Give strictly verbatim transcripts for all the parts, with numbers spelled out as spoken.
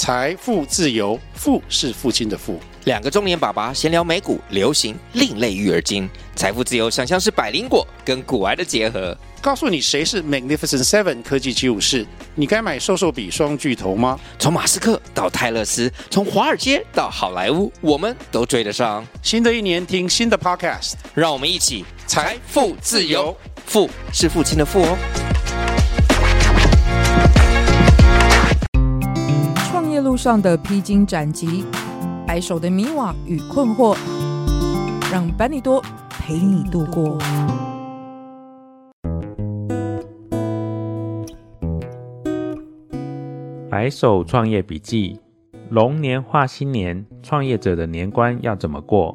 财富自由，富是父亲的富。 两个中年爸爸闲聊美股、流行、另类育儿经。财富自由想象是百灵果跟股癌的结合。 告诉你谁是 Magnificent Seven 科技七武士，你该买瘦瘦比双巨头吗？ 从马斯克到泰勒斯，从华尔街到好莱坞，我们都追得上。 新的一年听新的 Podcast， 让我们一起财富自由， 富是父亲的富哦。 创业路上的披荆斩棘，白手的迷惘与困惑，让班尼多陪你度过。 白手创业笔记，龙年话新年，创业者的年关要怎么过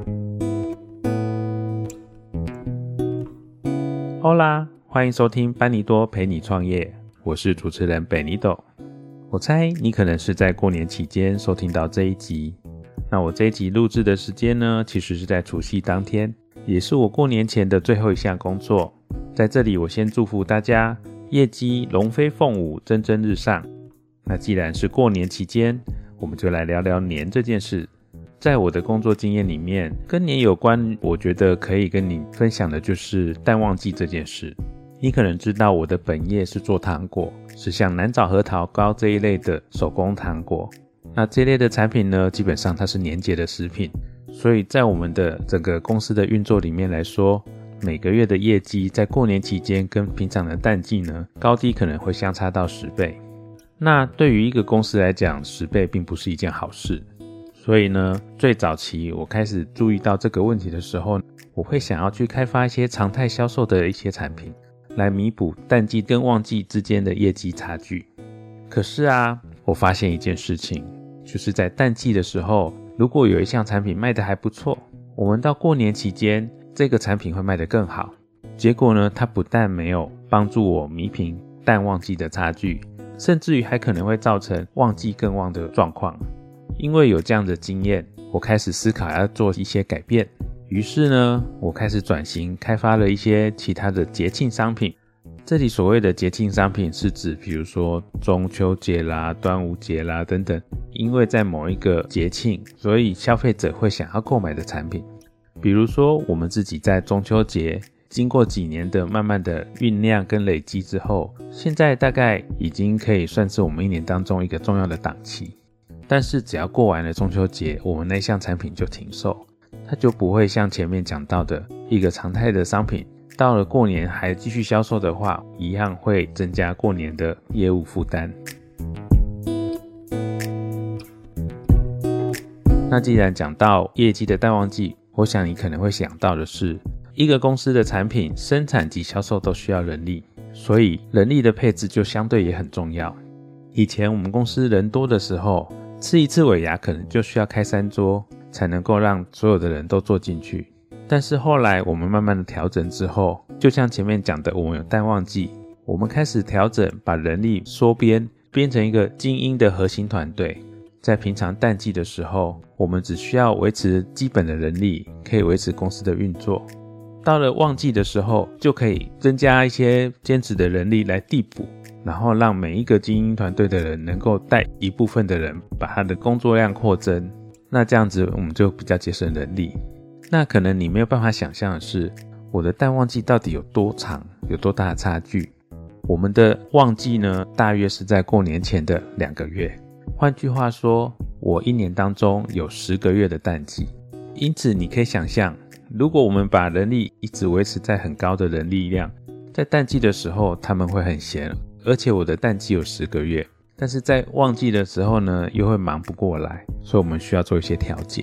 ？Hola， 欢迎收听班尼多陪你创业，我是主持人北尼斗。我猜你可能是在过年期间收听到这一集，那我这一集录制的时间呢，其实是在除夕当天，也是我过年前的最后一项工作。在这里我先祝福大家业绩龙飞凤舞，蒸蒸日上。那既然是过年期间，我们就来聊聊年这件事。在我的工作经验里面，跟年有关，我觉得可以跟你分享的就是淡旺季这件事。你可能知道我的本业是做糖果，是像南枣核桃糕这一类的手工糖果。那这一类的产品呢，基本上它是年节的食品，所以在我们的整个公司的运作里面来说，每个月的业绩在过年期间跟平常的淡季呢，高低可能会相差到十倍。那对于一个公司来讲，十倍并不是一件好事。所以呢，最早期我开始注意到这个问题的时候，我会想要去开发一些常态销售的一些产品，来弥补淡季跟旺季之间的业绩差距。可是啊，我发现一件事情，就是在淡季的时候，如果有一项产品卖得还不错，我们到过年期间，这个产品会卖得更好。结果呢，它不但没有帮助我弥平淡旺季的差距，甚至于还可能会造成旺季更旺的状况。因为有这样的经验，我开始思考要做一些改变。于是呢，我开始转型，开发了一些其他的节庆商品。这里所谓的节庆商品是指比如说中秋节啦、端午节啦等等，因为在某一个节庆，所以消费者会想要购买的产品。比如说我们自己在中秋节经过几年的慢慢的酝酿跟累积之后，现在大概已经可以算是我们一年当中一个重要的档期。但是只要过完了中秋节，我们那项产品就停售，它就不会像前面讲到的一个常态的商品，到了过年还继续销售的话，一样会增加过年的业务负担。那既然讲到业绩的淡旺季，我想你可能会想到的是，一个公司的产品生产及销售都需要人力，所以人力的配置就相对也很重要。以前我们公司人多的时候，吃一次尾牙可能就需要开三桌，才能够让所有的人都坐进去。但是后来我们慢慢的调整之后，就像前面讲的，我们有淡旺季，我们开始调整，把人力缩编，编成一个精英的核心团队。在平常淡季的时候，我们只需要维持基本的人力，可以维持公司的运作。到了旺季的时候，就可以增加一些兼职的人力来递补，然后让每一个精英团队的人能够带一部分的人，把他的工作量扩增。那这样子我们就比较节省人力。那可能你没有办法想象的是，我的淡旺季到底有多长，有多大的差距。我们的旺季呢，大约是在过年前的两个月。换句话说，我一年当中有十个月的淡季。因此你可以想象，如果我们把人力一直维持在很高的人力量，在淡季的时候他们会很闲，而且我的淡季有十个月，但是在旺季的时候呢，又会忙不过来，所以我们需要做一些调节。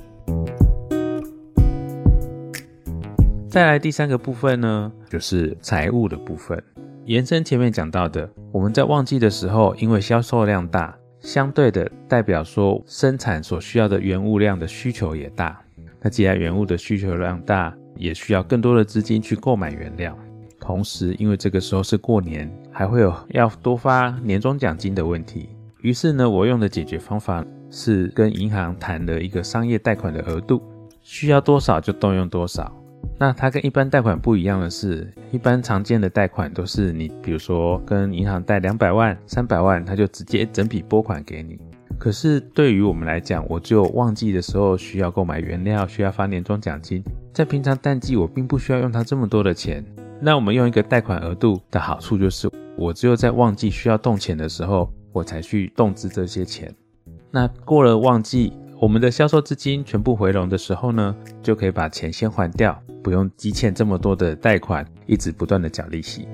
再来第三个部分呢，就是财务的部分。延伸前面讲到的，我们在旺季的时候，因为销售量大，相对的代表说生产所需要的原物量的需求也大。那既然原物的需求量大，也需要更多的资金去购买原料。同时因为这个时候是过年，还会有要多发年终奖金的问题。于是呢，我用的解决方法是跟银行谈了一个商业贷款的额度，需要多少就动用多少。 那它跟一般贷款不一样的是，一般常见的贷款都是你比如说跟银行贷两百万、三百万，它就直接整笔拨款给你。可是对于我们来讲，我只有旺季的时候需要购买原料，需要发年终奖金，在平常淡季我并不需要用它这么多的钱。那我们用一个贷款额度的好处就是，我只有在旺季需要动钱的时候，我才去动资这些钱。那过了旺季，我们的销售资金全部回笼的时候呢，就可以把钱先还掉，不用积欠这么多的贷款，一直不断的缴利息。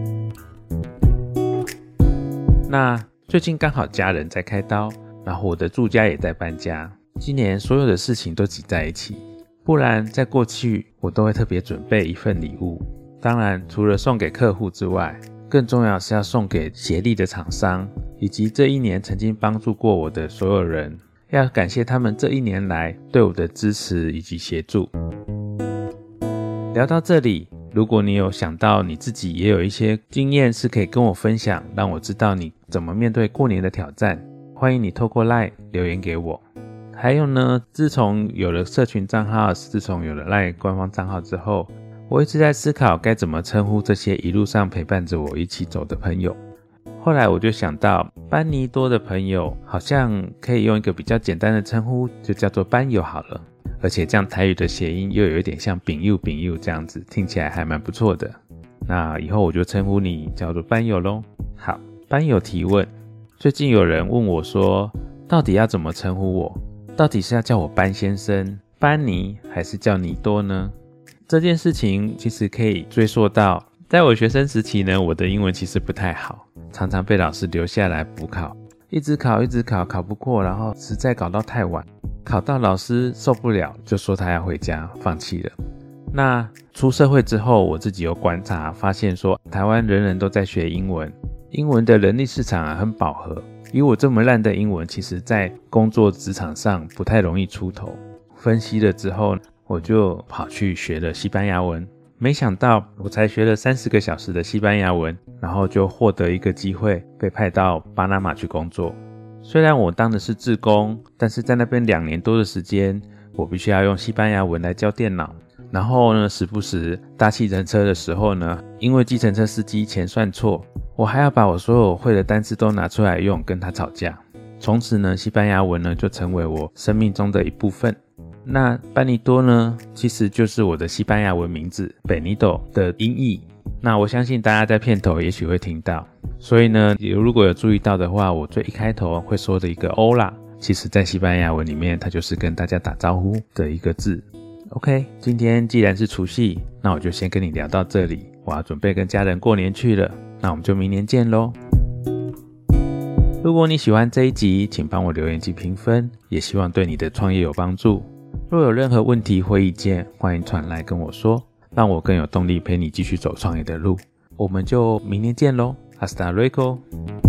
那最近刚好家人在开刀，然后我的住家也在搬家，今年所有的事情都挤在一起，不然在过去我都会特别准备一份礼物。当然除了送给客户之外，更重要是要送给协力的厂商，以及这一年曾经帮助过我的所有人，要感谢他们这一年来对我的支持以及协助。聊到这里，如果你有想到你自己也有一些经验是可以跟我分享，让我知道你怎么面对过年的挑战，欢迎你透过 LINE 留言给我。还有呢，自从有了社群账号，自从有了 LINE 官方账号之后，我一直在思考该怎么称呼这些一路上陪伴着我一起走的朋友。后来我就想到，班尼多的朋友好像可以用一个比较简单的称呼，就叫做班友好了。而且这样台语的谐音又有一点像丙友丙友这样子，听起来还蛮不错的。那以后我就称呼你叫做班友咯。好，班友提问，最近有人问我说，到底要怎么称呼我？到底是要叫我班先生、班尼，还是叫尼多呢？这件事情其实可以追溯到，在我学生时期呢，我的英文其实不太好，常常被老师留下来补考，一直考一直考，考不过，然后实在搞到太晚，考到老师受不了，就说他要回家，放弃了。那出社会之后，我自己有观察，发现说台湾人人都在学英文，英文的人力市场啊很饱和，以我这么烂的英文，其实在工作职场上不太容易出头。分析了之后，我就跑去学了西班牙文，没想到我才学了三十个小时的西班牙文，然后就获得一个机会被派到巴拿马去工作。虽然我当的是志工，但是在那边两年多的时间，我必须要用西班牙文来教电脑。然后呢，时不时搭计程车的时候呢，因为计程车司机钱算错，我还要把我所有会的单词都拿出来用，跟他吵架。从此呢，西班牙文呢就成为我生命中的一部分。那班尼多呢，其实就是我的西班牙文名字 Benito 的音译。那我相信大家在片头也许会听到，所以呢，如果有注意到的话，我最一开头会说的一个 Hola， 其实在西班牙文里面，它就是跟大家打招呼的一个字。OK， 今天既然是除夕，那我就先跟你聊到这里，我要准备跟家人过年去了，那我们就明年见咯。如果你喜欢这一集，请帮我留言及评分，也希望对你的创业有帮助。若有任何问题或意见，欢迎传来跟我说，让我更有动力陪你继续走创业的路。我们就明年见咯， Hasta luego。